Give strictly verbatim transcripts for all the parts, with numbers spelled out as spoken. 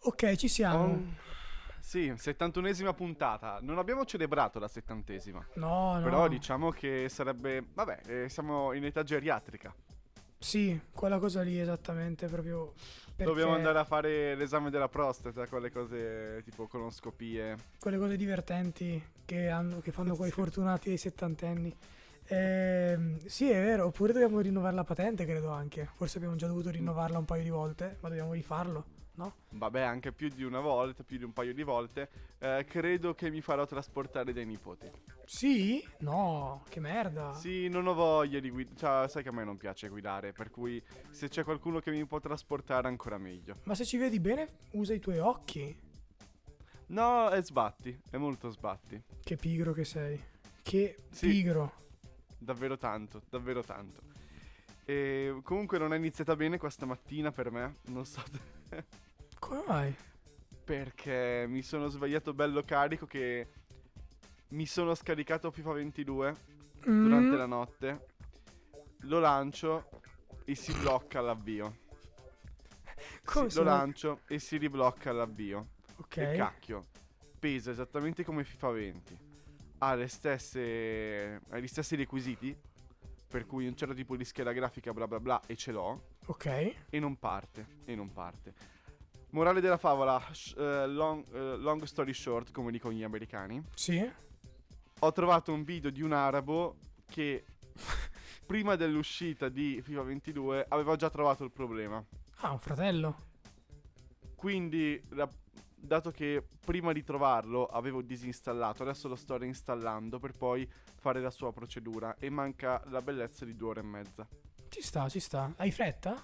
Ok, ci siamo. Oh, sì, settantunesima puntata. Non abbiamo celebrato la settantesima. No, Però no. diciamo che sarebbe... Vabbè, eh, siamo in età geriatrica. Sì, quella cosa lì esattamente, proprio Dobbiamo andare perché a fare l'esame della prostata, quelle cose tipo colonoscopie. quelle cose divertenti che hanno, che fanno quei Sì. fortunati dei settantenni. Ehm, sì, è vero, oppure dobbiamo rinnovare la patente, credo anche. Forse abbiamo già dovuto rinnovarla un paio di volte, ma dobbiamo rifarlo, no? Vabbè, anche più di una volta, più di un paio di volte. Eh, credo che mi farò trasportare dai nipoti. Sì? No, che merda. Sì, non ho voglia di guidare. Cioè, sai che a me non piace guidare. Per cui se c'è qualcuno che mi può trasportare, ancora meglio. Ma se ci vedi bene, usa i tuoi occhi. No, è sbatti. È molto sbatti. Che pigro che sei. Che Sì, pigro. davvero tanto, davvero tanto. E comunque non è iniziata bene questa mattina per me. Non so te- Come mai? perché mi sono svegliato bello carico che mi sono scaricato FIFA ventidue durante Mm? la notte. Lo lancio e si blocca all'avvio. Come Sì, lo sono? lancio e si riblocca all'avvio. Ok. E cacchio, pesa esattamente come FIFA venti. Ha le stesse, ha gli stessi requisiti, per cui un certo tipo di scheda grafica bla bla bla, e ce l'ho. Ok. E non parte, e non parte. Morale della favola, sh- eh, long, eh, long story short, come dicono gli americani. Sì? Ho trovato un video di un arabo che prima dell'uscita di FIFA ventidue aveva già trovato il problema. Ah, un fratello. Quindi, la- dato che prima di trovarlo avevo disinstallato, adesso lo sto reinstallando per poi fare la sua procedura. E manca la bellezza di due ore e mezza. Ci sta, ci sta. Hai fretta?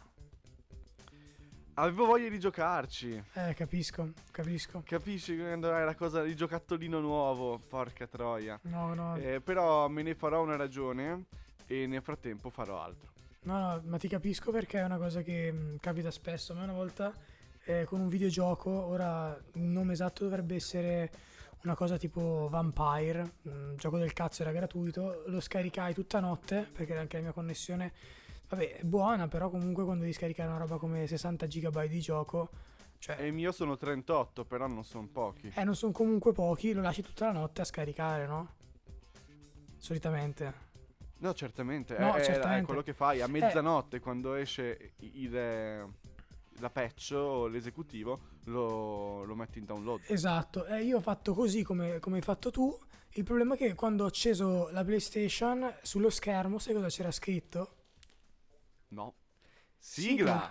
Avevo voglia di giocarci. Eh, capisco, capisco. Capisci quando è la cosa di giocattolino nuovo? Porca troia. No, no, Eh, però me ne farò una ragione e nel frattempo farò altro. no, no, ma ti capisco perché è una cosa che mh, capita spesso. A me una volta eh, con un videogioco, ora il nome esatto dovrebbe essere una cosa tipo Vampire, un gioco del cazzo, era gratuito, lo scaricai tutta notte perché anche la mia connessione, vabbè, è buona, però comunque quando devi scaricare una roba come sessanta gigabyte di gioco, cioè, E il mio sono trentotto, però non sono pochi. eh, non sono comunque pochi, lo lasci tutta la notte a scaricare, no? Solitamente. No, certamente, No, è, è- è certamente. quello che fai a Eh, mezzanotte quando esce il, eh, la patch o l'esecutivo, lo, lo metti in download. Esatto, e io ho fatto così come, come hai fatto tu. Il problema è che quando ho acceso la PlayStation, sullo schermo, sai cosa c'era scritto? No. Sigla!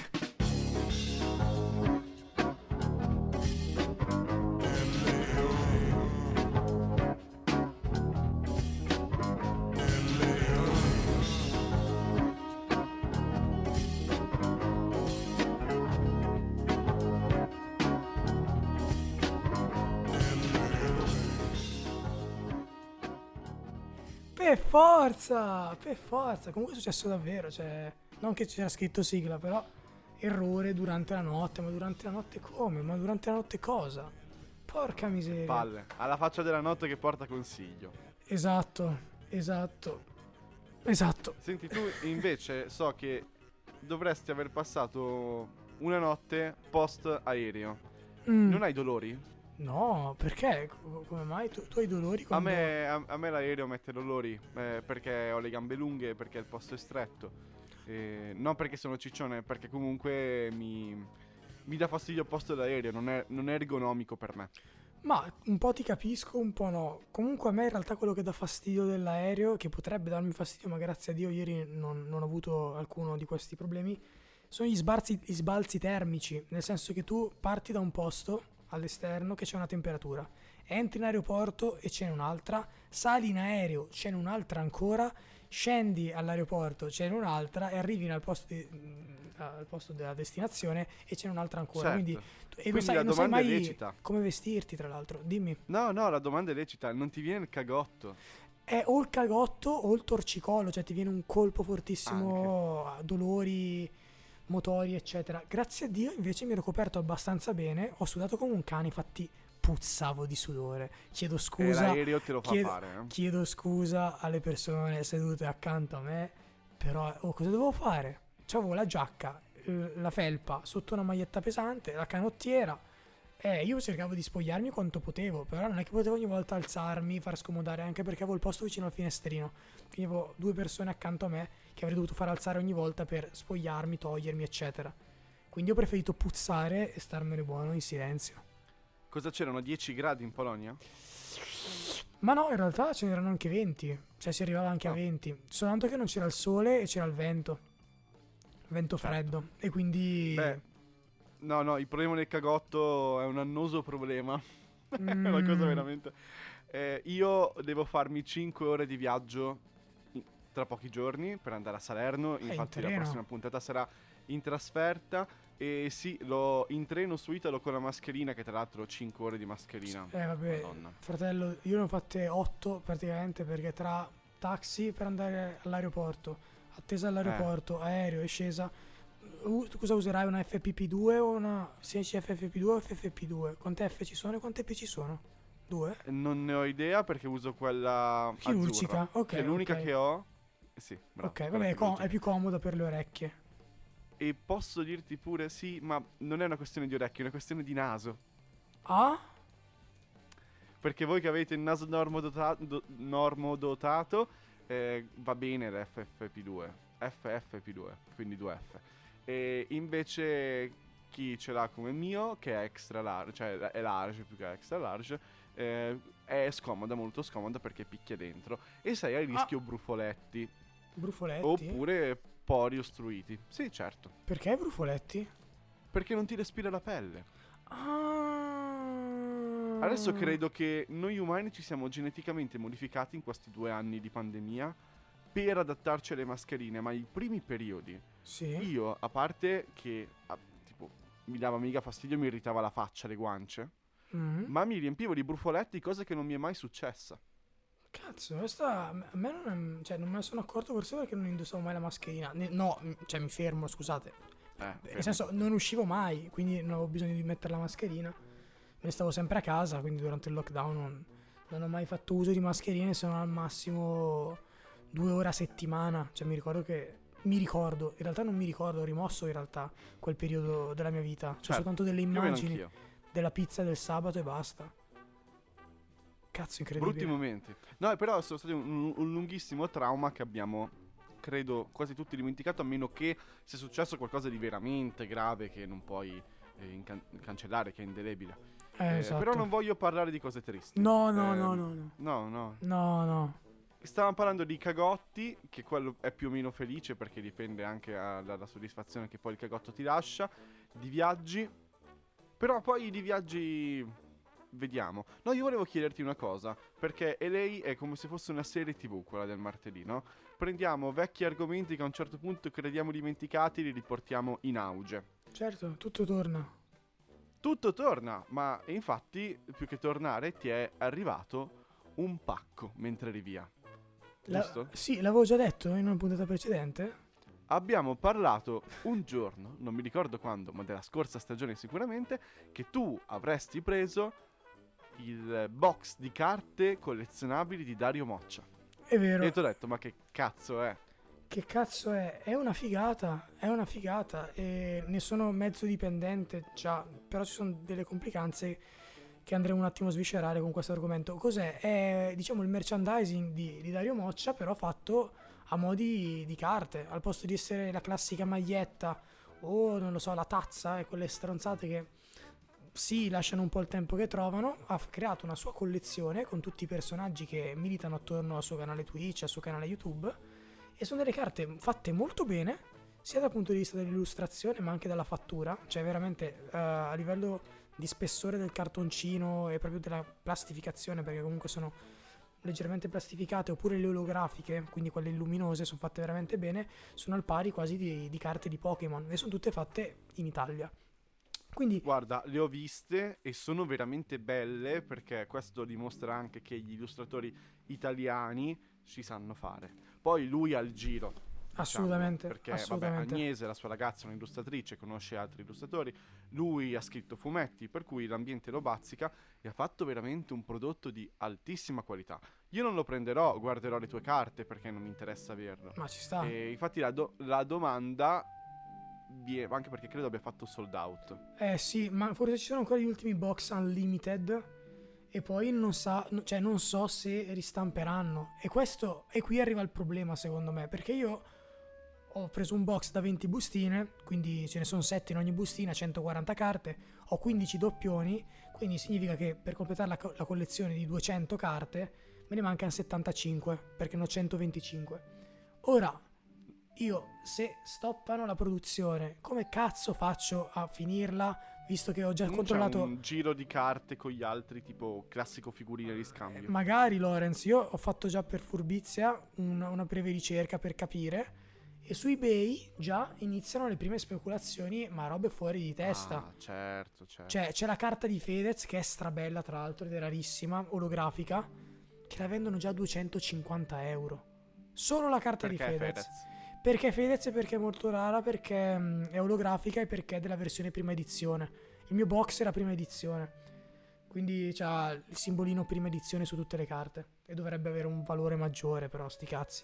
Per forza, per forza. Comunque è successo davvero, cioè, non che c'era scritto sigla, però errore durante la notte, ma durante la notte come? Ma durante la notte cosa? Porca miseria. Palle, alla faccia della notte che porta consiglio. Esatto, esatto, esatto. Senti, tu invece so che dovresti aver passato una notte post aereo. Mm, Non hai dolori? no, perché? Co- Come mai? Tu, tu hai dolori A quando... me, a, a me l'aereo mette dolori eh, perché ho le gambe lunghe, perché il posto è stretto. Eh, non perché sono ciccione, perché comunque mi, mi dà fastidio il posto dell'aereo, non è, non è ergonomico per me. Ma un po' ti capisco, un po' no. Comunque a me in realtà quello che dà fastidio dell'aereo, che potrebbe darmi fastidio, ma grazie a Dio ieri non, non ho avuto alcuno di questi problemi, sono gli sbalzi, gli sbalzi termici, nel senso che tu parti da un posto all'esterno che c'è una temperatura, entri in aeroporto e ce n'è un'altra, sali in aereo, ce n'è un'altra ancora, scendi all'aeroporto, ce n'è un'altra e arrivi al posto, di- al posto della destinazione e ce n'è un'altra ancora. Certo. Quindi, e non Quindi sai, la non sai domanda è mai lecita. come vestirti, tra l'altro. Dimmi. No, no, la domanda è lecita, non ti viene il cagotto? È o il cagotto o il torcicollo, cioè ti viene un colpo fortissimo, dolori motori, eccetera. Grazie a Dio invece mi ero coperto abbastanza bene, ho sudato come un cane, infatti puzzavo di sudore. Chiedo E scusa, l'aereo te lo fa chiedo, fare, eh? chiedo scusa alle persone sedute accanto a me, però oh, cosa dovevo fare? C'avevo la giacca, l- la felpa sotto una maglietta pesante, la canottiera. E io cercavo di spogliarmi quanto potevo, però non è che potevo ogni volta alzarmi, far scomodare, anche perché avevo il posto vicino al finestrino. Quindi avevo due persone accanto a me che avrei dovuto far alzare ogni volta per spogliarmi, togliermi, eccetera. Quindi ho preferito puzzare e starmene buono in silenzio. Cosa c'erano? dieci gradi in Polonia? Ma no, in realtà ce n'erano anche venti, cioè si arrivava anche a Oh. venti, soltanto che non c'era il sole e c'era il vento, vento Certo. freddo, e quindi... Beh, no, no, il problema del cagotto è un annoso problema. È una cosa Mm. veramente... Eh, io devo farmi cinque ore di viaggio in- tra pochi giorni per andare a Salerno. Eh, in Infatti la treno. prossima puntata sarà in trasferta. E sì, lo in treno su Italo con la mascherina, che tra l'altro cinque ore di mascherina. Eh vabbè, Madonna. fratello, io ne ho fatte otto praticamente, perché tra taxi per andare all'aeroporto, attesa all'aeroporto, aereo e scesa. Uh, tu cosa userai? Una F P P due o una C H F F P due o F F P due? Quante F ci sono e quante P ci sono? Due? Non ne ho idea perché uso quella Chirurgica, azzurra, ok, che è l'unica ok. che ho. Eh Sì, bravo, Ok, quella vabbè, è, com- chirurgica. è più comoda per le orecchie. E posso dirti pure sì, ma non è una questione di orecchie, è una questione di naso. Ah? Perché voi che avete il naso normodota- do- normodotato, eh, va bene l'F F P due, F F P due, quindi due F. E invece chi ce l'ha come mio, che è extra large, cioè è large più che extra large, eh, è scomoda, molto scomoda perché picchia dentro. E sei a rischio brufoletti, Brufoletti? oppure pori ostruiti. Sì, certo. Perché brufoletti? Perché non ti respira la pelle. Ah. Adesso credo che noi umani ci siamo geneticamente modificati in questi due anni di pandemia per adattarci alle mascherine, ma i primi periodi, Sì. io, a parte che ah, tipo mi dava mega fastidio, mi irritava la faccia, le guance, Mhm. ma mi riempivo di brufoletti, cosa che non mi è mai successa. Cazzo, questa a me non, è- cioè, non me ne sono accorto, forse perché non indossavo mai la mascherina. Ne- no, m- cioè mi fermo, scusate. Eh, Nel senso, non uscivo mai, quindi non avevo bisogno di mettere la mascherina. Me ne stavo sempre a casa, quindi durante il lockdown non, non ho mai fatto uso di mascherine, se non al massimo due ore a settimana. Cioè mi ricordo che... Mi ricordo, in realtà non mi ricordo, ho rimosso in realtà quel periodo della mia vita. C'è Certo, soltanto delle più o meno immagini anch'io. della pizza del sabato e basta. Cazzo, incredibile. Brutti momenti. No, però sono stati un, un lunghissimo trauma che abbiamo, credo, quasi tutti dimenticato, a meno che sia successo qualcosa di veramente grave che non puoi eh, incan- cancellare, che è indelebile. Eh, Eh, esatto. Però non voglio parlare di cose tristi. No, no, Eh, no, no, no. No, no. No, no. Stavamo parlando di cagotti, che quello è più o meno felice perché dipende anche a- dalla soddisfazione che poi il cagotto ti lascia. Di viaggi. Però poi di viaggi... Vediamo. No, io volevo chiederti una cosa, perché L A è come se fosse una serie tivù, quella del martedì, no? Prendiamo vecchi argomenti che a un certo punto crediamo dimenticati e li riportiamo in auge. Certo, tutto torna. Tutto torna, ma infatti, più che tornare, ti è arrivato un pacco mentre eri via. La- Giusto? sì, l'avevo già detto in una puntata precedente. Abbiamo parlato un giorno, non mi ricordo quando, ma della scorsa stagione sicuramente, che tu avresti preso il box di carte collezionabili di Dario Moccia. È vero. E ti ho detto, ma che cazzo è? Che cazzo è? È una figata, è una figata. E ne sono mezzo dipendente già, però ci sono delle complicanze che andremo un attimo a sviscerare con questo argomento. Cos'è? È, diciamo, il merchandising di, di Dario Moccia, però fatto a mo' di, di carte. Al posto di essere la classica maglietta o, non lo so, la tazza e quelle stronzate che sì, lasciano un po' il tempo che trovano, ha f- creato una sua collezione con tutti i personaggi che militano attorno al suo canale Twitch, al suo canale YouTube, e sono delle carte fatte molto bene, sia dal punto di vista dell'illustrazione ma anche dalla fattura, cioè veramente eh, a livello di spessore del cartoncino e proprio della plastificazione, perché comunque sono leggermente plastificate, oppure le olografiche, quindi quelle luminose, sono fatte veramente bene, sono al pari quasi di, di carte di Pokémon, e sono tutte fatte in Italia. Quindi Guarda, le ho viste e sono veramente belle perché questo dimostra anche che gli illustratori italiani ci sanno fare. Poi lui ha il giro. diciamo, assolutamente, perché assolutamente. vabbè, Agnese, la sua ragazza, è un'illustratrice, conosce altri illustratori. Lui ha scritto fumetti, per cui l'ambiente lo bazzica e ha fatto veramente un prodotto di altissima qualità. Io non lo prenderò, guarderò le tue carte perché non mi interessa averlo. Ma ci sta. E infatti la, do- la domanda vie- anche perché credo abbia fatto sold out. Eh sì, ma forse ci sono ancora gli ultimi box unlimited e poi non sa, no- cioè non so se ristamperanno. E questo, e qui arriva il problema secondo me, perché io ho preso un box da venti bustine, quindi ce ne sono sette in ogni bustina, centoquaranta carte, ho quindici doppioni, quindi significa che per completare la, co- la collezione di duecento carte me ne mancano settantacinque, perché ne ho centoventicinque. Ora, io se stoppano la produzione, come cazzo faccio a finirla, visto che ho già Non controllato... c'è un giro di carte con gli altri, tipo classico figurine di Eh, scambio. magari Lorenz, io ho fatto già per furbizia una, una breve ricerca per capire e su eBay già iniziano le prime speculazioni, ma robe fuori di testa. Ah, certo, certo. Cioè c'è la carta di Fedez che è strabella tra l'altro ed è rarissima, olografica, che la vendono già a duecentocinquanta euro. Solo la carta Perché di Fedez. Fedez? Perché Fedez? Perché è molto rara, perché mh, è olografica e perché è della versione prima edizione. Il mio box era prima edizione, quindi c'ha il simbolino prima edizione su tutte le carte e dovrebbe avere un valore maggiore, però sti cazzi.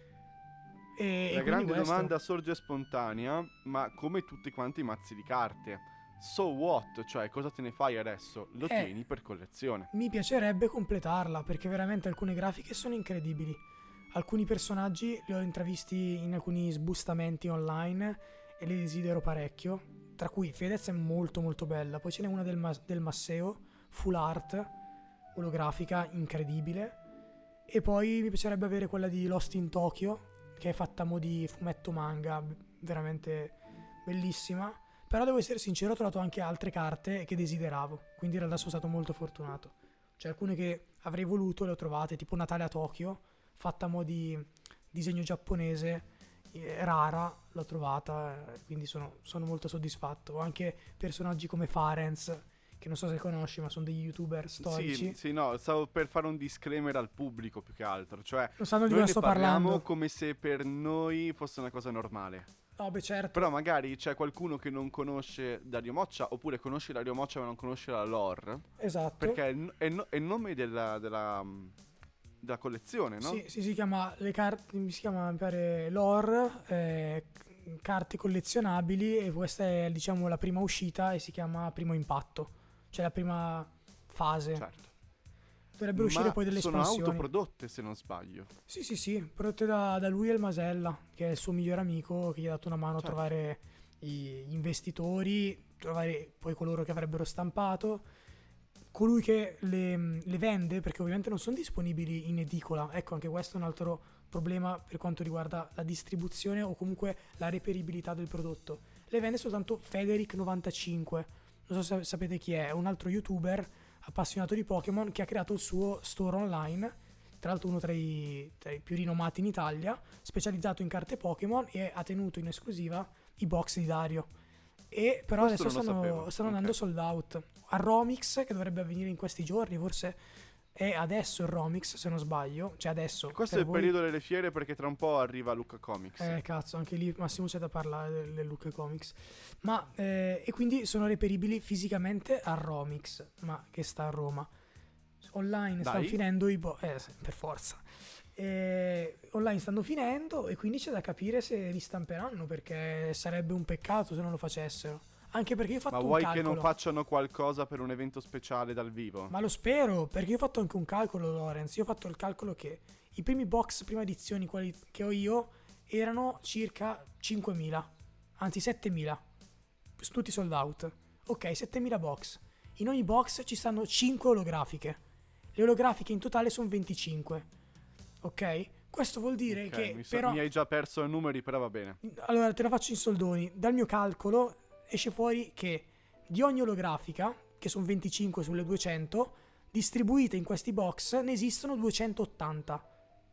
E, e La quindi grande questo- domanda sorge spontanea, ma come tutti quanti i mazzi di carte? So what? Cioè, cosa te ne fai adesso? Lo Eh. tieni per collezione. Mi piacerebbe completarla perché veramente alcune grafiche sono incredibili. Alcuni personaggi li ho intravisti in alcuni sbustamenti online e li desidero parecchio. Tra cui Fedez è molto molto bella. Poi ce n'è una del, Mas- del Masseo, full art, olografica, incredibile. E poi mi piacerebbe avere quella di Lost in Tokyo, che è fatta a mo' di fumetto manga, b- veramente bellissima. Però devo essere sincero, ho trovato anche altre carte che desideravo, quindi in realtà sono stato molto fortunato. Cioè alcune che avrei voluto le ho trovate, tipo Natale a Tokyo, fatta a mo' di disegno giapponese, eh, rara, l'ho trovata, eh, quindi sono, sono molto soddisfatto. Ho anche personaggi come Farenz, che non so se conosci, ma sono degli youtuber storici. Sì, sì, no, stavo per fare un disclaimer al pubblico più che altro. Cioè, Non sanno di noi cosa ne sto parliamo parlando. come se per noi fosse una cosa normale. No, beh certo. Però magari c'è qualcuno che non conosce Dario Moccia, oppure conosce Dario Moccia ma non conosce la lore. Esatto. Perché è il, è il no- è il nome della, della, mm, della collezione, no? Sì, sì, si chiama le carte, si chiama mi pare lore, eh, c- carte collezionabili e questa è diciamo la prima uscita e si chiama Primo Impatto, cioè la prima fase. Certo. Dovrebbero uscire Ma poi delle sono espansioni. autoprodotte, se non sbaglio. Sì, sì, sì, prodotte da, da lui e il Masella, che è il suo migliore amico, che gli ha dato una mano Certo. a trovare i- gli investitori, trovare poi coloro che avrebbero stampato, colui che le, le vende, perché ovviamente non sono disponibili in edicola. Ecco, anche questo è un altro problema per quanto riguarda la distribuzione o comunque la reperibilità del prodotto. Le vende soltanto Federic novantacinque, non so se sapete chi è, è un altro youtuber appassionato di Pokémon che ha creato il suo store online, tra l'altro uno tra i, tra i più rinomati in Italia, specializzato in carte Pokémon e ha tenuto in esclusiva i box di Dario. E però Questo adesso non lo stanno, sapevo. stanno Ok. andando sold out. A Romix, che dovrebbe avvenire in questi giorni, forse è adesso il Romix, se non sbaglio, cioè adesso. Questo è per il voi- periodo delle fiere perché tra un po' arriva Luca Comics. eh cazzo, anche lì Massimo c'è da parlare del, del Luca Comics. Ma eh, e quindi sono reperibili fisicamente a Romix, ma che sta a Roma. Online stanno Dai. finendo i bo- eh, per forza. Eh, online stanno finendo e quindi c'è da capire se ristamperanno, perché sarebbe un peccato se non lo facessero. Anche perché io ho fatto Ma un vuoi calcolo. che non facciano qualcosa per un evento speciale dal vivo? Ma lo spero, perché io ho fatto anche un calcolo, Lorenz. Io ho fatto il calcolo che i primi box prima edizioni, quelli che ho io, erano circa cinquemila, anzi settemila, tutti sold out. Ok, settemila box. In ogni box ci stanno cinque olografiche. Le olografiche in totale sono venticinque. Ok? Questo vuol dire Ok, che mi, so- però... mi hai già perso i numeri, però va bene. Allora, te la faccio in soldoni. Dal mio calcolo esce fuori che di ogni olografica, che sono venticinque sulle duecento, distribuite in questi box ne esistono duecentottanta.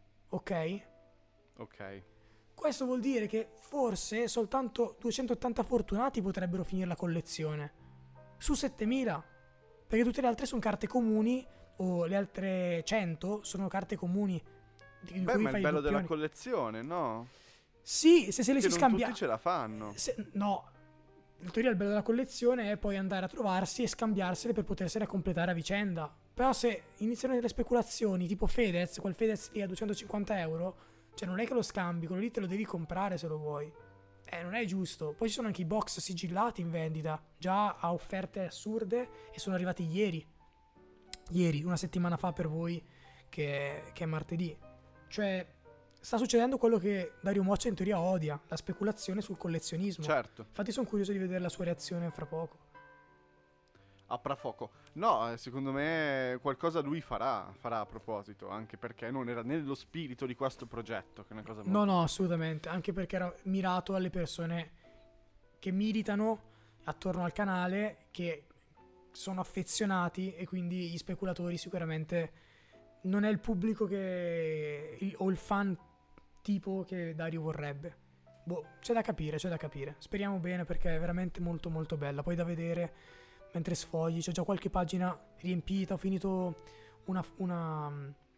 Ok? Ok. Questo vuol dire che forse soltanto duecentottanta fortunati potrebbero finire la collezione. Su settemila. Perché tutte le altre sono carte comuni, o le altre cento sono carte comuni. Di Beh, cui ma è fai il i bello della doppioni. collezione, no? Sì, se se le Che si non scambia. tutti ce la fanno. Se- no, in teoria il bello della collezione è poi andare a trovarsi e scambiarsele per potersele completare a vicenda. Però se iniziano delle speculazioni tipo Fedez, quel Fedez lì a duecentocinquanta euro, cioè non è che lo scambi, quello lì te lo devi comprare se lo vuoi. Eh, non è giusto. Poi ci sono anche i box sigillati in vendita, già a offerte assurde, e sono arrivati ieri. Ieri, una settimana fa per voi, che, che è martedì. Cioè, sta succedendo quello che Dario Moccia in teoria odia, la speculazione sul collezionismo. Certo. Infatti sono curioso di vedere la sua reazione fra poco. A prafoco. No, eh, secondo me qualcosa lui farà, farà a proposito, anche perché non era nello spirito di questo progetto, che è una cosa molto... No, no, assolutamente. Anche perché era mirato alle persone che militano attorno al canale, che sono affezionati, e quindi gli speculatori sicuramente non è il pubblico che il, o il fan tipo che Dario vorrebbe. Boh, c'è da capire, c'è da capire. Speriamo bene, perché è veramente molto molto bella. Poi da vedere mentre sfogli, c'è già qualche pagina riempita. Ho finito una una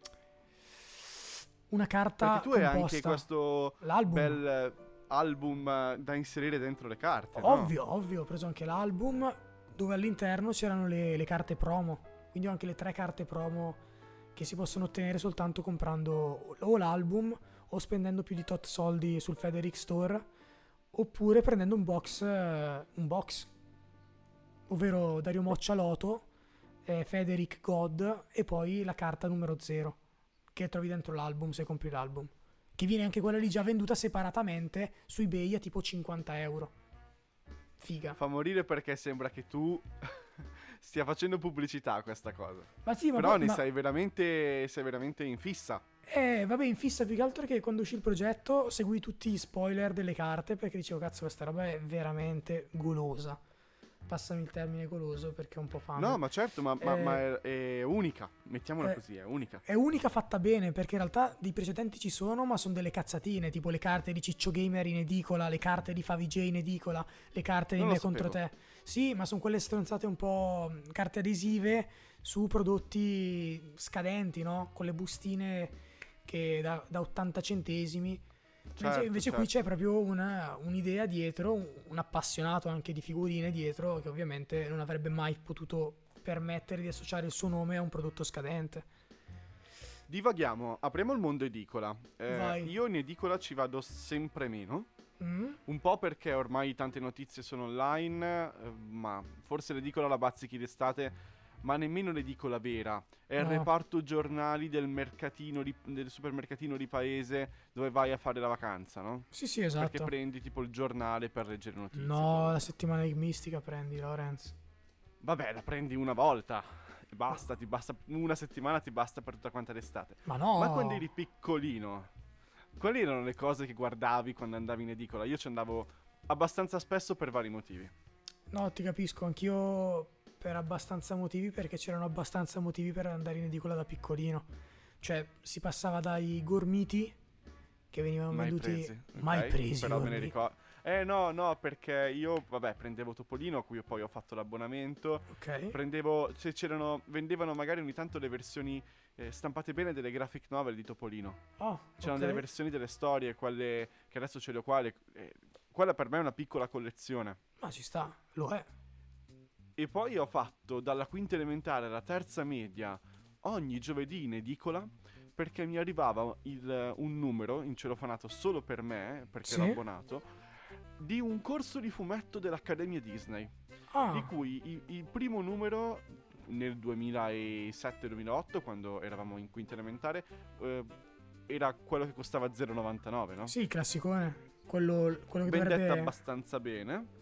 una carta Perché tu hai composta. anche questo L'album. bel album eh, da inserire dentro le carte, Ovvio, no? ovvio, ho preso anche l'album, dove all'interno c'erano le, le carte promo. Quindi ho anche le tre carte promo che si possono ottenere soltanto comprando o l'album, o spendendo più di tot soldi sul Federic Store, oppure prendendo un box, eh, un box, ovvero Dario Moccia Loto, eh, Federic God, e poi la carta numero zero, che trovi dentro l'album se compri l'album. Che viene anche quella lì già venduta separatamente su eBay a tipo cinquanta euro. Figa. Fa morire perché sembra che tu stia facendo pubblicità a questa cosa. Ma sì, ma Però poi- ne ma- sei veramente, sei veramente in fissa. Eh, vabbè, in fissa più che altro che quando uscì il progetto segui tutti gli spoiler delle carte, perché dicevo, cazzo, questa roba è veramente golosa. Passami il termine goloso, perché ho un po' fame. No, ma certo, ma, ma- Eh, ma è, è unica. Mettiamola eh, così, è unica. È unica fatta bene, perché in realtà dei precedenti ci sono, ma sono delle cazzatine, tipo le carte di Ciccio Gamer in edicola, le carte di Favij in edicola, le carte di Non lo Me contro sapevo. te. Sì, ma sono quelle stronzate un po' mh, carte adesive su prodotti scadenti, no? Con le bustine che da, da ottanta centesimi. Invece, Certo, invece qui certo. c'è proprio una- un'idea dietro, un, un appassionato anche di figurine dietro, che ovviamente non avrebbe mai potuto permettere di associare il suo nome a un prodotto scadente. Divaghiamo, apriamo il mondo edicola. Eh, Vai. io in edicola ci vado sempre meno. Mm? Un po' perché ormai tante notizie sono online, eh, ma forse l'edicola la bazzichi d'estate, ma nemmeno l'edicola vera. È il No. reparto giornali del mercatino di- del supermercatino di paese dove vai a fare la vacanza, no? Sì, sì, Perché esatto. prendi tipo il giornale per leggere notizie. No, la settimana enigmistica prendi, Lorenz. Vabbè, la prendi una volta e basta, ti basta una settimana, ti basta per tutta quanta l'estate. Ma no. Ma quando eri piccolino, quali erano le cose che guardavi quando andavi in edicola? Io ci andavo abbastanza spesso per vari motivi. No, ti capisco, anch'io per abbastanza motivi, perché c'erano abbastanza motivi per andare in edicola da piccolino. Cioè, si passava dai gormiti, che venivano Mai venduti... presi. Mai ok? presi, Però me ne gormiti. ricordo. Eh no, no, perché io, vabbè, prendevo Topolino, a cui poi ho fatto l'abbonamento. Ok. Prendevo, se c'erano, vendevano magari ogni tanto le versioni eh, stampate bene delle graphic novel di Topolino. Oh, C'erano ok. delle versioni delle storie, quelle che adesso ce le ho qua. le- eh, quella per me è una piccola collezione. Ma ci sta, lo è. E poi ho fatto dalla quinta elementare alla terza media ogni giovedì in edicola, perché mi arrivava il- un numero in celofanato solo per me, perché Sì? ero abbonato, di un corso di fumetto dell'Accademia Disney, Ah, di cui i- il primo numero nel duemilasette duemilaotto, quando eravamo in quinta elementare, eh, era quello che costava zero virgola novantanove, no? sì, il classicone. Quello, quello che Vendetta dovrebbe... abbastanza bene.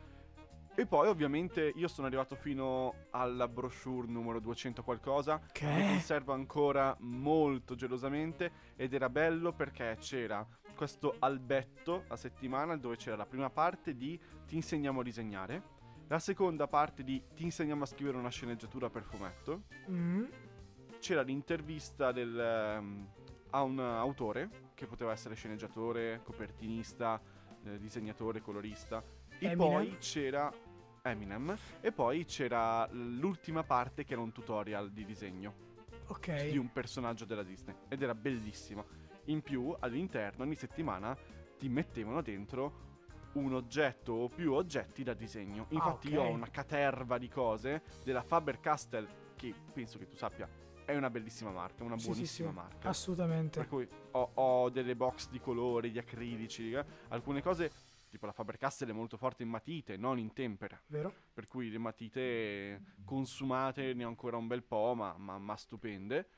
E poi ovviamente io sono arrivato fino alla brochure numero duecento qualcosa, che Che? conservo ancora molto gelosamente, ed era bello perché c'era questo albetto a settimana dove c'era la prima parte di ti insegniamo a disegnare, la seconda parte di ti insegniamo a scrivere una sceneggiatura per fumetto, Mm, c'era l'intervista del, ehm, a un autore che poteva essere sceneggiatore, copertinista, eh, disegnatore, colorista, e Eminem? poi c'era Eminem, e poi c'era l'ultima parte che era un tutorial di disegno ok. di un personaggio della Disney, ed era bellissimo. In più all'interno ogni settimana ti mettevano dentro un oggetto o più oggetti da disegno. Infatti ok. io ho una caterva di cose della Faber-Castell, che penso che tu sappia è una bellissima marca, una Sì, sì, buonissima sì, marca. assolutamente. Per cui ho, ho delle box di colori, di acrilici, eh. Alcune cose tipo la Faber-Castell è molto forte in matite, non in tempera. Vero? Per cui le matite consumate ne ho ancora un bel po', ma, ma, ma stupende.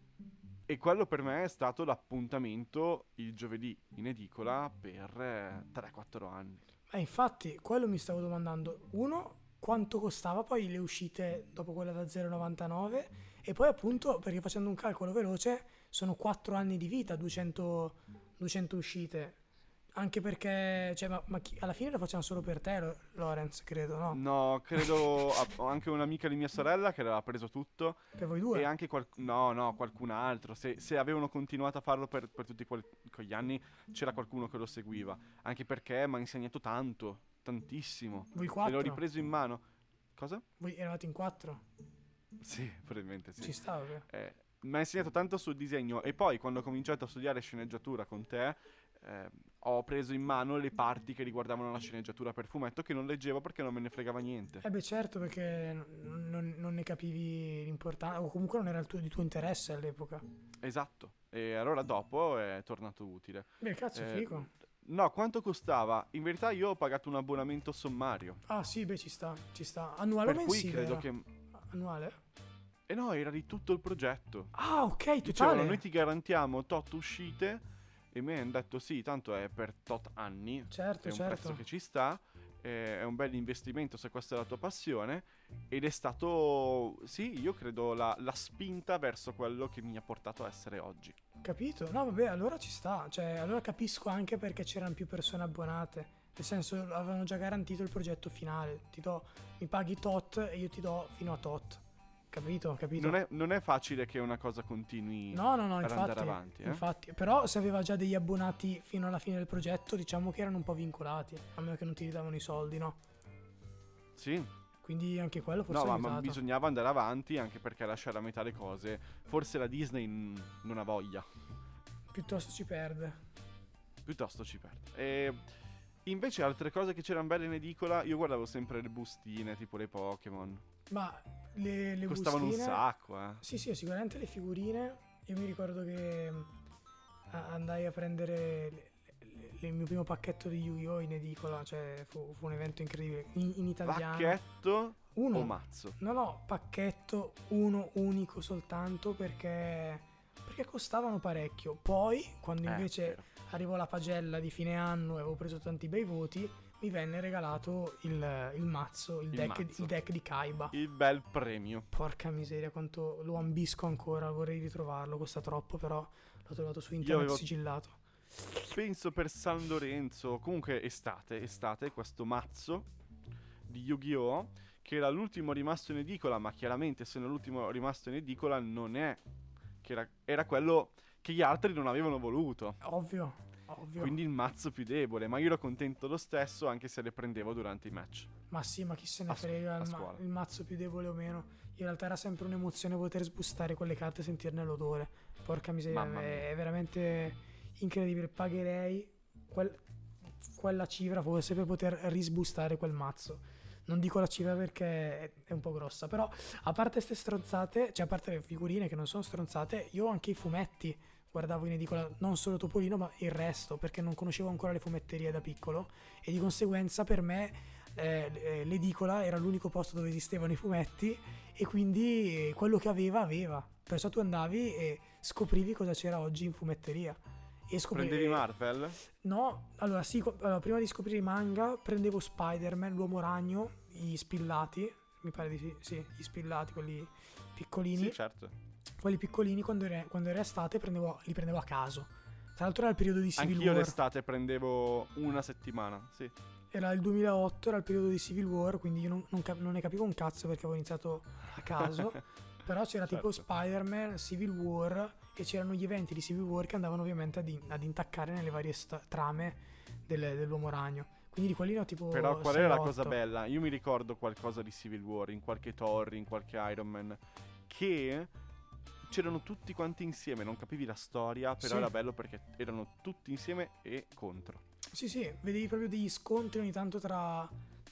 E quello per me è stato l'appuntamento il giovedì in edicola per eh, tre quattro anni. Eh, infatti, quello mi stavo domandando. Uno, quanto costava poi le uscite dopo quella da zero virgola novantanove? E poi appunto, perché facendo un calcolo veloce, sono quattro anni di vita, duecento, duecento uscite. Anche perché, cioè, ma, ma chi- alla fine lo facciamo solo per te, Lo- Lorenz, credo, no? No, credo a- ho anche un'amica di mia sorella che aveva preso tutto. Per voi due? E anche qual- no, no, qualcun altro. Se, se avevano continuato a farlo per, per tutti quel- quegli anni, c'era qualcuno che lo seguiva. Anche perché mi ha insegnato tanto, tantissimo. Voi E l'ho quattro? ripreso in mano. Cosa? Voi eravate in quattro? Sì, probabilmente sì. Ci stava, vero? Eh, mi ha insegnato tanto sul disegno. E poi, quando ho cominciato a studiare sceneggiatura con te, eh, ho preso in mano le parti che riguardavano la sceneggiatura per fumetto che non leggevo perché non me ne fregava niente. Eh beh certo, perché n- non, non ne capivi l'importanza, o comunque non era il tuo, di tuo interesse all'epoca. Esatto. E allora dopo è tornato utile. Beh, cazzo, Eh, figo. No, quanto costava? In verità io ho pagato un abbonamento sommario. Ah sì, beh ci sta, ci sta. Annuale o Per cui mensile credo era? che... Annuale? E no, era di tutto il progetto. Ah ok, Dicevano, totale. noi ti garantiamo tot uscite. E mi hanno detto sì, tanto è per tot anni. Certo, È un certo. prezzo che ci sta. eh, È un bel investimento se questa è la tua passione. Ed è stato, sì, io credo la, la spinta verso quello che mi ha portato a essere oggi. Capito? No vabbè, allora ci sta. Cioè, allora capisco anche perché c'erano più persone abbonate. Nel senso, avevano già garantito il progetto finale. Ti do, mi paghi tot e io ti do fino a tot. Capito? Capito? Non è, non è facile che una cosa continui No, no, no, ad infatti, andare avanti. Eh? infatti. Però se aveva già degli abbonati fino alla fine del progetto, diciamo che erano un po' vincolati, a meno che non ti ridavano i soldi, no? Sì. Quindi anche quello forse No, ha ma, aiutato. ma bisognava andare avanti anche perché lasciare a metà le cose. Forse la Disney mm, non ha voglia. Piuttosto ci perde. Piuttosto ci perde. E invece altre cose che c'erano belle in edicola, io guardavo sempre le bustine, tipo le Pokémon. Ma le, le Costavano bustine... un sacco, eh. Sì, sì, sicuramente le figurine. Io mi ricordo che mm, a- andai a prendere le- le- le- il mio primo pacchetto di Yu-Gi-Oh! In edicola, cioè fu, fu un evento incredibile. In, in italiano. Pacchetto Uno. o mazzo? No, no, pacchetto uno unico soltanto perché perché costavano parecchio. Poi, quando Eh, invece vero. arrivò la pagella di fine anno e avevo preso tanti bei voti, mi venne regalato il, il mazzo, il, Il deck, mazzo. il deck di Kaiba. Il bel premio. Porca miseria, quanto lo ambisco ancora, vorrei ritrovarlo, costa troppo, però l'ho trovato su internet avevo- sigillato. Penso per San Lorenzo, comunque estate, estate, questo mazzo di Yu-Gi-Oh! Che era l'ultimo rimasto in edicola, ma chiaramente essendo l'ultimo rimasto in edicola non è che era, era quello che gli altri non avevano voluto. Ovvio, ovvio. Quindi il mazzo più debole, ma io ero contento lo stesso anche se le prendevo durante i match. Ma sì, ma chi se ne A scu- frega a il, ma- scuola. il mazzo più debole o meno. In realtà era sempre un'emozione poter sbustare quelle carte e sentirne l'odore. Porca miseria, Mamma mia. è, è veramente incredibile. Pagherei quel- quella cifra forse per poter risbustare quel mazzo. Non dico la cifra perché è, è un po' grossa, però a parte queste stronzate, cioè a parte le figurine che non sono stronzate, io ho anche i fumetti guardavo in edicola, non solo Topolino ma il resto, perché non conoscevo ancora le fumetterie da piccolo e di conseguenza per me eh, l'edicola era l'unico posto dove esistevano i fumetti e quindi eh, quello che aveva aveva, perciò tu andavi e scoprivi cosa c'era oggi in fumetteria e scoprivi Prendevi Marvel? no, allora sì, co- allora, prima di scoprire i manga prendevo Spider-Man, l'uomo ragno, i spillati, mi pare di sì, sì, gli spillati, quelli piccolini, Sì, certo. quelli piccolini quando era, quando era estate prendevo, li prendevo a caso. Tra l'altro era il periodo di Civil Anch'io War, l'estate prendevo una settimana, sì. era il duemilaotto, era il periodo di Civil War, quindi io non, non cap- non ne capivo un cazzo perché avevo iniziato a caso, però c'era tipo Certo. Spider-Man, Civil War e c'erano gli eventi di Civil War che andavano ovviamente ad, in- ad intaccare nelle varie sta- trame del- dell'uomo ragno. Quindi di quelli ne ho tipo Però qual sei era la otto. cosa bella? Io mi ricordo qualcosa di Civil War, in qualche Thor, in qualche Iron Man, che c'erano tutti quanti insieme, non capivi la storia, però Sì. era bello perché erano tutti insieme e contro. Sì, sì, vedevi proprio degli scontri ogni tanto tra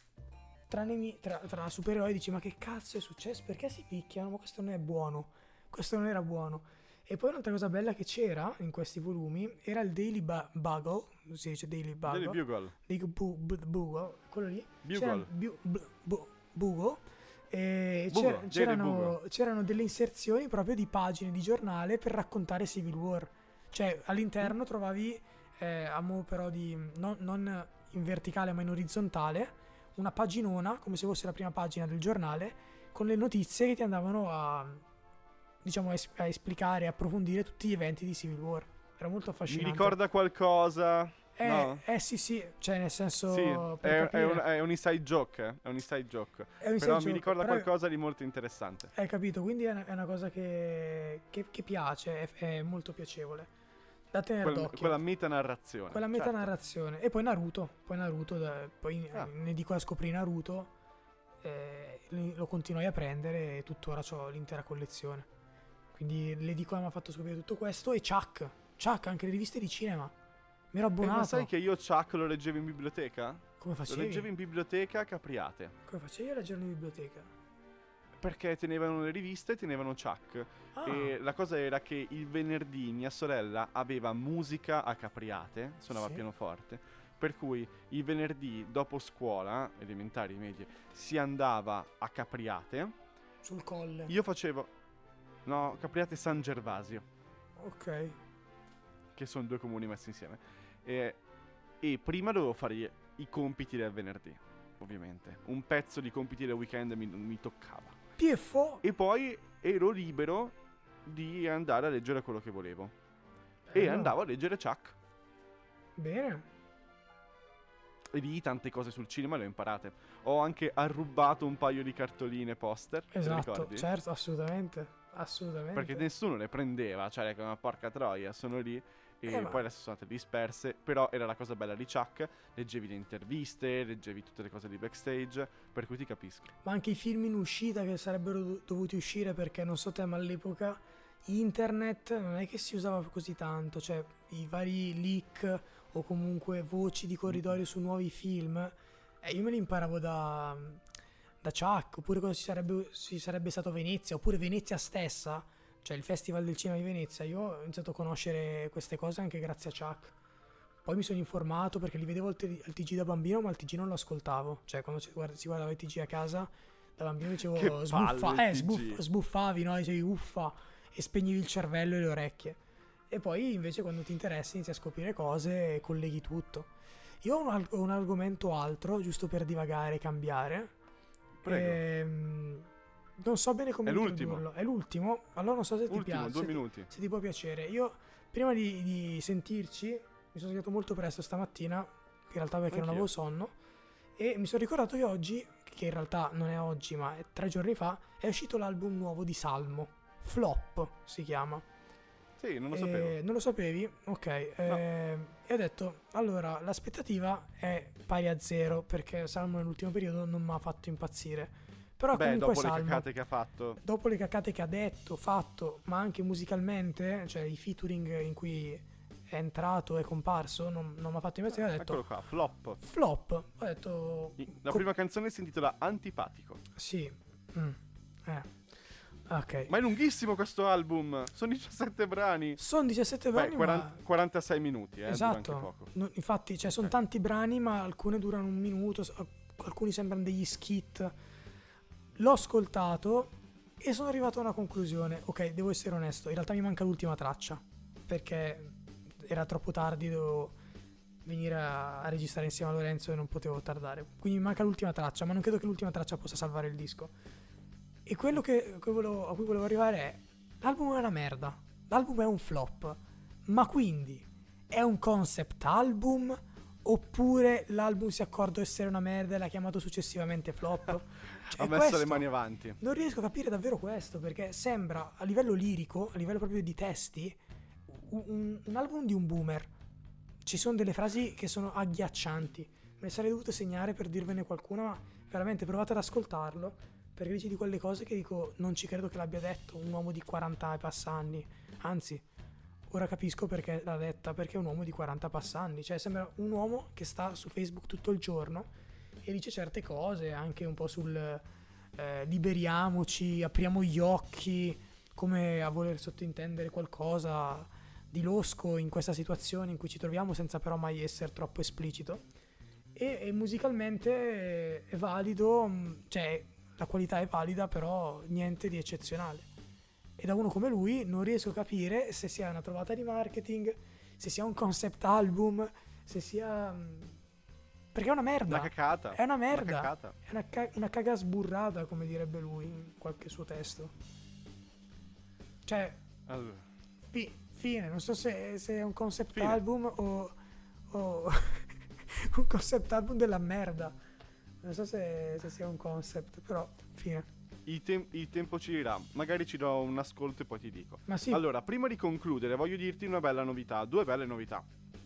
tra, nemi- tra, tra supereroi, dici ma che cazzo è successo? Perché si picchiano? Ma questo non è buono, questo non era buono. E poi un'altra cosa bella che c'era in questi volumi era il Daily Bu- Bugle, si dice Daily Bugle. Daily Bugle. Daily Bu- Bu- Bugle, quello lì. Bugle. C'era Bu- Bu- Bu- Bugle. E Bugle, c'era- Daily c'erano, Bugle. c'erano delle inserzioni proprio di pagine di giornale per raccontare Civil War. Cioè all'interno trovavi, eh, a mo' però di, non, non in verticale ma in orizzontale, una paginona come se fosse la prima pagina del giornale con le notizie che ti andavano a, diciamo, a, es- a esplicare, approfondire tutti gli eventi di Civil War. Era molto Mi affascinante. ricorda qualcosa? Eh, no? eh sì sì, cioè nel senso, Sì, per è, è capire, un, è un inside joke, eh? È un inside joke. è un Però inside mi joke, ricorda però- qualcosa di molto interessante. Hai capito, quindi è una, è una cosa che, che, che piace, è, è molto piacevole da tenere Quel- d'occhio. quella metanarrazione. Quella certo. metanarrazione. E poi Naruto, poi Naruto, da- poi Ah. ne dico a scoprire Naruto, eh, li- lo continuai a prendere e tuttora ho l'intera collezione. Quindi l'edicola mi ha fatto scoprire tutto questo. E Chuck, Chuck, anche le riviste di cinema. Mi ero E abbonato. ma sai che io Chuck lo leggevo in biblioteca? Come Lo facevi? leggevo in biblioteca a Capriate. Come facevi a leggerlo in biblioteca? Perché tenevano le riviste e tenevano Chuck. Ah, E la cosa era che il venerdì mia sorella aveva musica a Capriate, suonava Sì. pianoforte. Per cui il venerdì dopo scuola, elementari, medie, si andava a Capriate. sul colle. Io facevo... No, Capriate e San Gervasio, Ok. che sono due comuni messi insieme. E, e prima dovevo fare i, i compiti del venerdì, ovviamente. Un pezzo di compiti del weekend mi, mi toccava. P F O. E poi ero libero di andare a leggere quello che volevo. E Bello. andavo a leggere Chuck. Bene. E lì tante cose sul cinema le ho imparate. Ho anche arrubato un paio di cartoline poster. te le Esatto, ricordi? certo, assolutamente. Assolutamente. Perché nessuno le prendeva, cioè like, una porca troia, sono lì. E Eh, ma- poi adesso sono state disperse. Però era la cosa bella di Chuck. Leggevi le interviste, leggevi tutte le cose di backstage. Per cui ti capisco. Ma anche i film in uscita che sarebbero do- dovuti uscire, perché non so te, ma all'epoca internet non è che si usava così tanto, cioè i vari leak o comunque voci di corridoio su nuovi film, eh, io me li imparavo da, da Chuck, oppure quando si sarebbe, si sarebbe stato a Venezia, oppure Venezia stessa, cioè il Festival del Cinema di Venezia. Io ho iniziato a conoscere queste cose anche grazie a Chuck. Poi mi sono informato perché li vedevo al, te- al T G da bambino, ma al T G non lo ascoltavo. Cioè, quando ci guarda- si guardava il T G a casa, da bambino dicevo Che palle sbuffa, il eh, T G. sbuff- sbuffavi, no? Dicevi uffa e spegnevi il cervello e le orecchie. E poi invece quando ti interessi inizi a scoprire cose e colleghi tutto. Io ho un, al- un argomento altro, giusto per divagare e cambiare. Prego. Ehm, non so bene come È l'ultimo. introdurlo. È l'ultimo? Allora non so se ti Ultimo, piace. due se ti- minuti. se ti può piacere. Io prima di, di sentirci mi sono svegliato molto presto stamattina, in realtà perché non Anch'io. avevo sonno, e mi sono ricordato che oggi, che in realtà non è oggi ma è tre giorni fa, è uscito l'album nuovo di Salmo, Flop si chiama. Sì, non lo Eh, sapevo. Non lo sapevi? Ok. eh, E ho detto, allora, l'aspettativa è pari a zero, perché Salmo nell'ultimo periodo non mi ha fatto impazzire. Però Beh, comunque dopo le Salmo, cacate che ha fatto. dopo le cacate che ha detto, fatto, ma anche musicalmente, cioè i featuring in cui è entrato, è comparso, non, non mi ha fatto impazzire. Ho detto Eccolo qua, Flop. flop. Ho detto I- La co- prima canzone si intitola Antipatico. sì. Mm. Eh. Ok. Ma è lunghissimo questo album. Sono diciassette brani. Sono diciassette Beh, brani, quaranta ma quarantasei minuti, eh, dura anche esatto. poco. No, infatti, cioè, sono Ok. tanti brani, ma alcune durano un minuto, s- alcuni sembrano degli skit. L'ho ascoltato e sono arrivato a una conclusione. Ok, devo essere onesto, in realtà mi manca l'ultima traccia, perché era troppo tardi, dovevo venire a, a registrare insieme a Lorenzo e non potevo tardare. Quindi mi manca l'ultima traccia, ma non credo che l'ultima traccia possa salvare il disco. E quello che, che volevo- a cui volevo arrivare è: l'album è una merda, l'album è un flop, ma quindi è un concept album oppure l'album si è accorto di essere una merda e l'ha chiamato successivamente flop? Cioè, Ha è messo questo. le mani avanti. Non riesco a capire davvero questo, perché sembra a livello lirico, a livello proprio di testi, un, un- un album di un boomer. Ci sono delle frasi che sono agghiaccianti. Me ne sarei dovuto segnare per dirvene qualcuna, ma veramente provate ad ascoltarlo, perché dici di quelle cose che dico non ci credo che l'abbia detto un uomo di quaranta e passanni. Anzi, ora capisco perché l'ha detta, perché è un uomo di quaranta passanni. Cioè sembra un uomo che sta su Facebook tutto il giorno e dice certe cose anche un po' sul eh, liberiamoci, apriamo gli occhi, come a voler sottintendere qualcosa di losco in questa situazione in cui ci troviamo senza però mai essere troppo esplicito. E, e musicalmente è valido, mh, cioè la qualità è valida, però niente di eccezionale. E da uno come lui non riesco a capire se sia una trovata di marketing, se sia un concept album, se sia... mh, perché è una merda. Una cacata. È una merda. Una cacata. È una, ca- una caga sburrata, come direbbe lui in qualche suo testo. Cioè, Allora, fi- fine. Non so se, se è un concept Fine. album o, o un concept album della merda. Non so se, se sia un concept, però fine. il, tem- il tempo ci dirà. Magari ci do un ascolto e poi ti dico. Ma sì, Allora, prima di concludere, voglio dirti una bella novità. Due belle novità.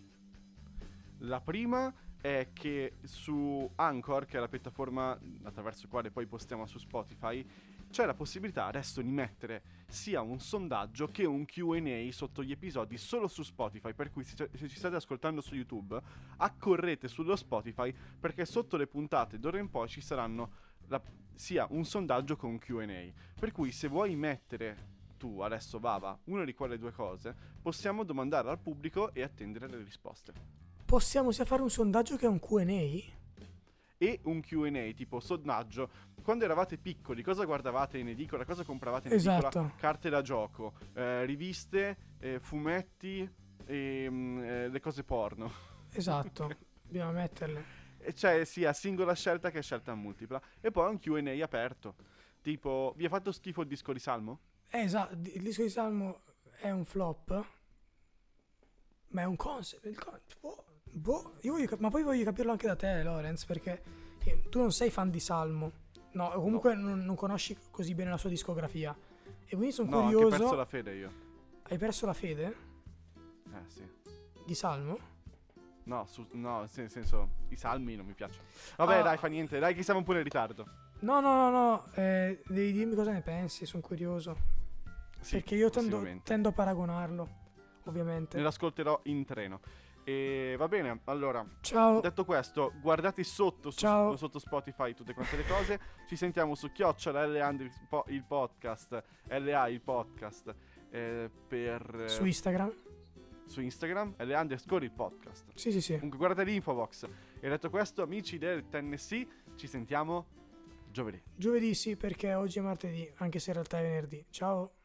La prima è che su Anchor, che è la piattaforma attraverso la quale poi postiamo su Spotify, c'è la possibilità adesso di mettere sia un sondaggio che un Q and A sotto gli episodi solo su Spotify, per cui se, se ci state ascoltando su YouTube accorrete sullo Spotify, perché sotto le puntate d'ora in poi ci saranno la, sia un sondaggio con un Q and A, per cui se vuoi mettere tu adesso Vava una di quelle due cose, possiamo domandare al pubblico e attendere le risposte. possiamo sia fare un sondaggio che un Q and A? E un Q and A tipo sondaggio: quando eravate piccoli cosa guardavate in edicola, cosa compravate in edicola? Esatto. Carte da gioco, eh, riviste, eh, fumetti e mm, eh, le cose porno. Esatto, dobbiamo metterle. E cioè sia singola scelta che scelta multipla. E poi un Q and A aperto, tipo: vi ha fatto schifo il disco di Salmo? Eh, esatto, il disco di Salmo è un flop, ma è un concept. Il con- boh, boh, io voglio cap- ma poi voglio capirlo anche da te, Lorenz, perché eh, tu non sei fan di Salmo. No, comunque Non, non conosci così bene la sua discografia. E quindi sono No, ho curioso. anche perso la fede io. Hai perso la fede Eh sì. di Salmo? No, su- no, nel senso, i salmi non mi piacciono. Vabbè, Ah. dai, fa niente, dai che siamo un po' in ritardo. No, no, no, no. eh, devi dirmi cosa ne pensi, sono curioso. Sì, Perché io tendo, prossimamente. tendo a paragonarlo, ovviamente. Ne l'ascolterò in treno. E va bene, allora, Ciao. detto questo, guardate sotto, su, Ciao. sotto Spotify tutte quante le cose. Ci sentiamo su Chiocciola L A il po- il podcast, L A il podcast, eh, per, eh, Su Instagram. su Instagram, L A underscore il podcast. Sì, sì, sì. Comunque guardate l'infobox. E detto questo, amici del Tennessee, ci sentiamo giovedì. Giovedì sì, perché oggi è martedì, anche se in realtà è venerdì. Ciao.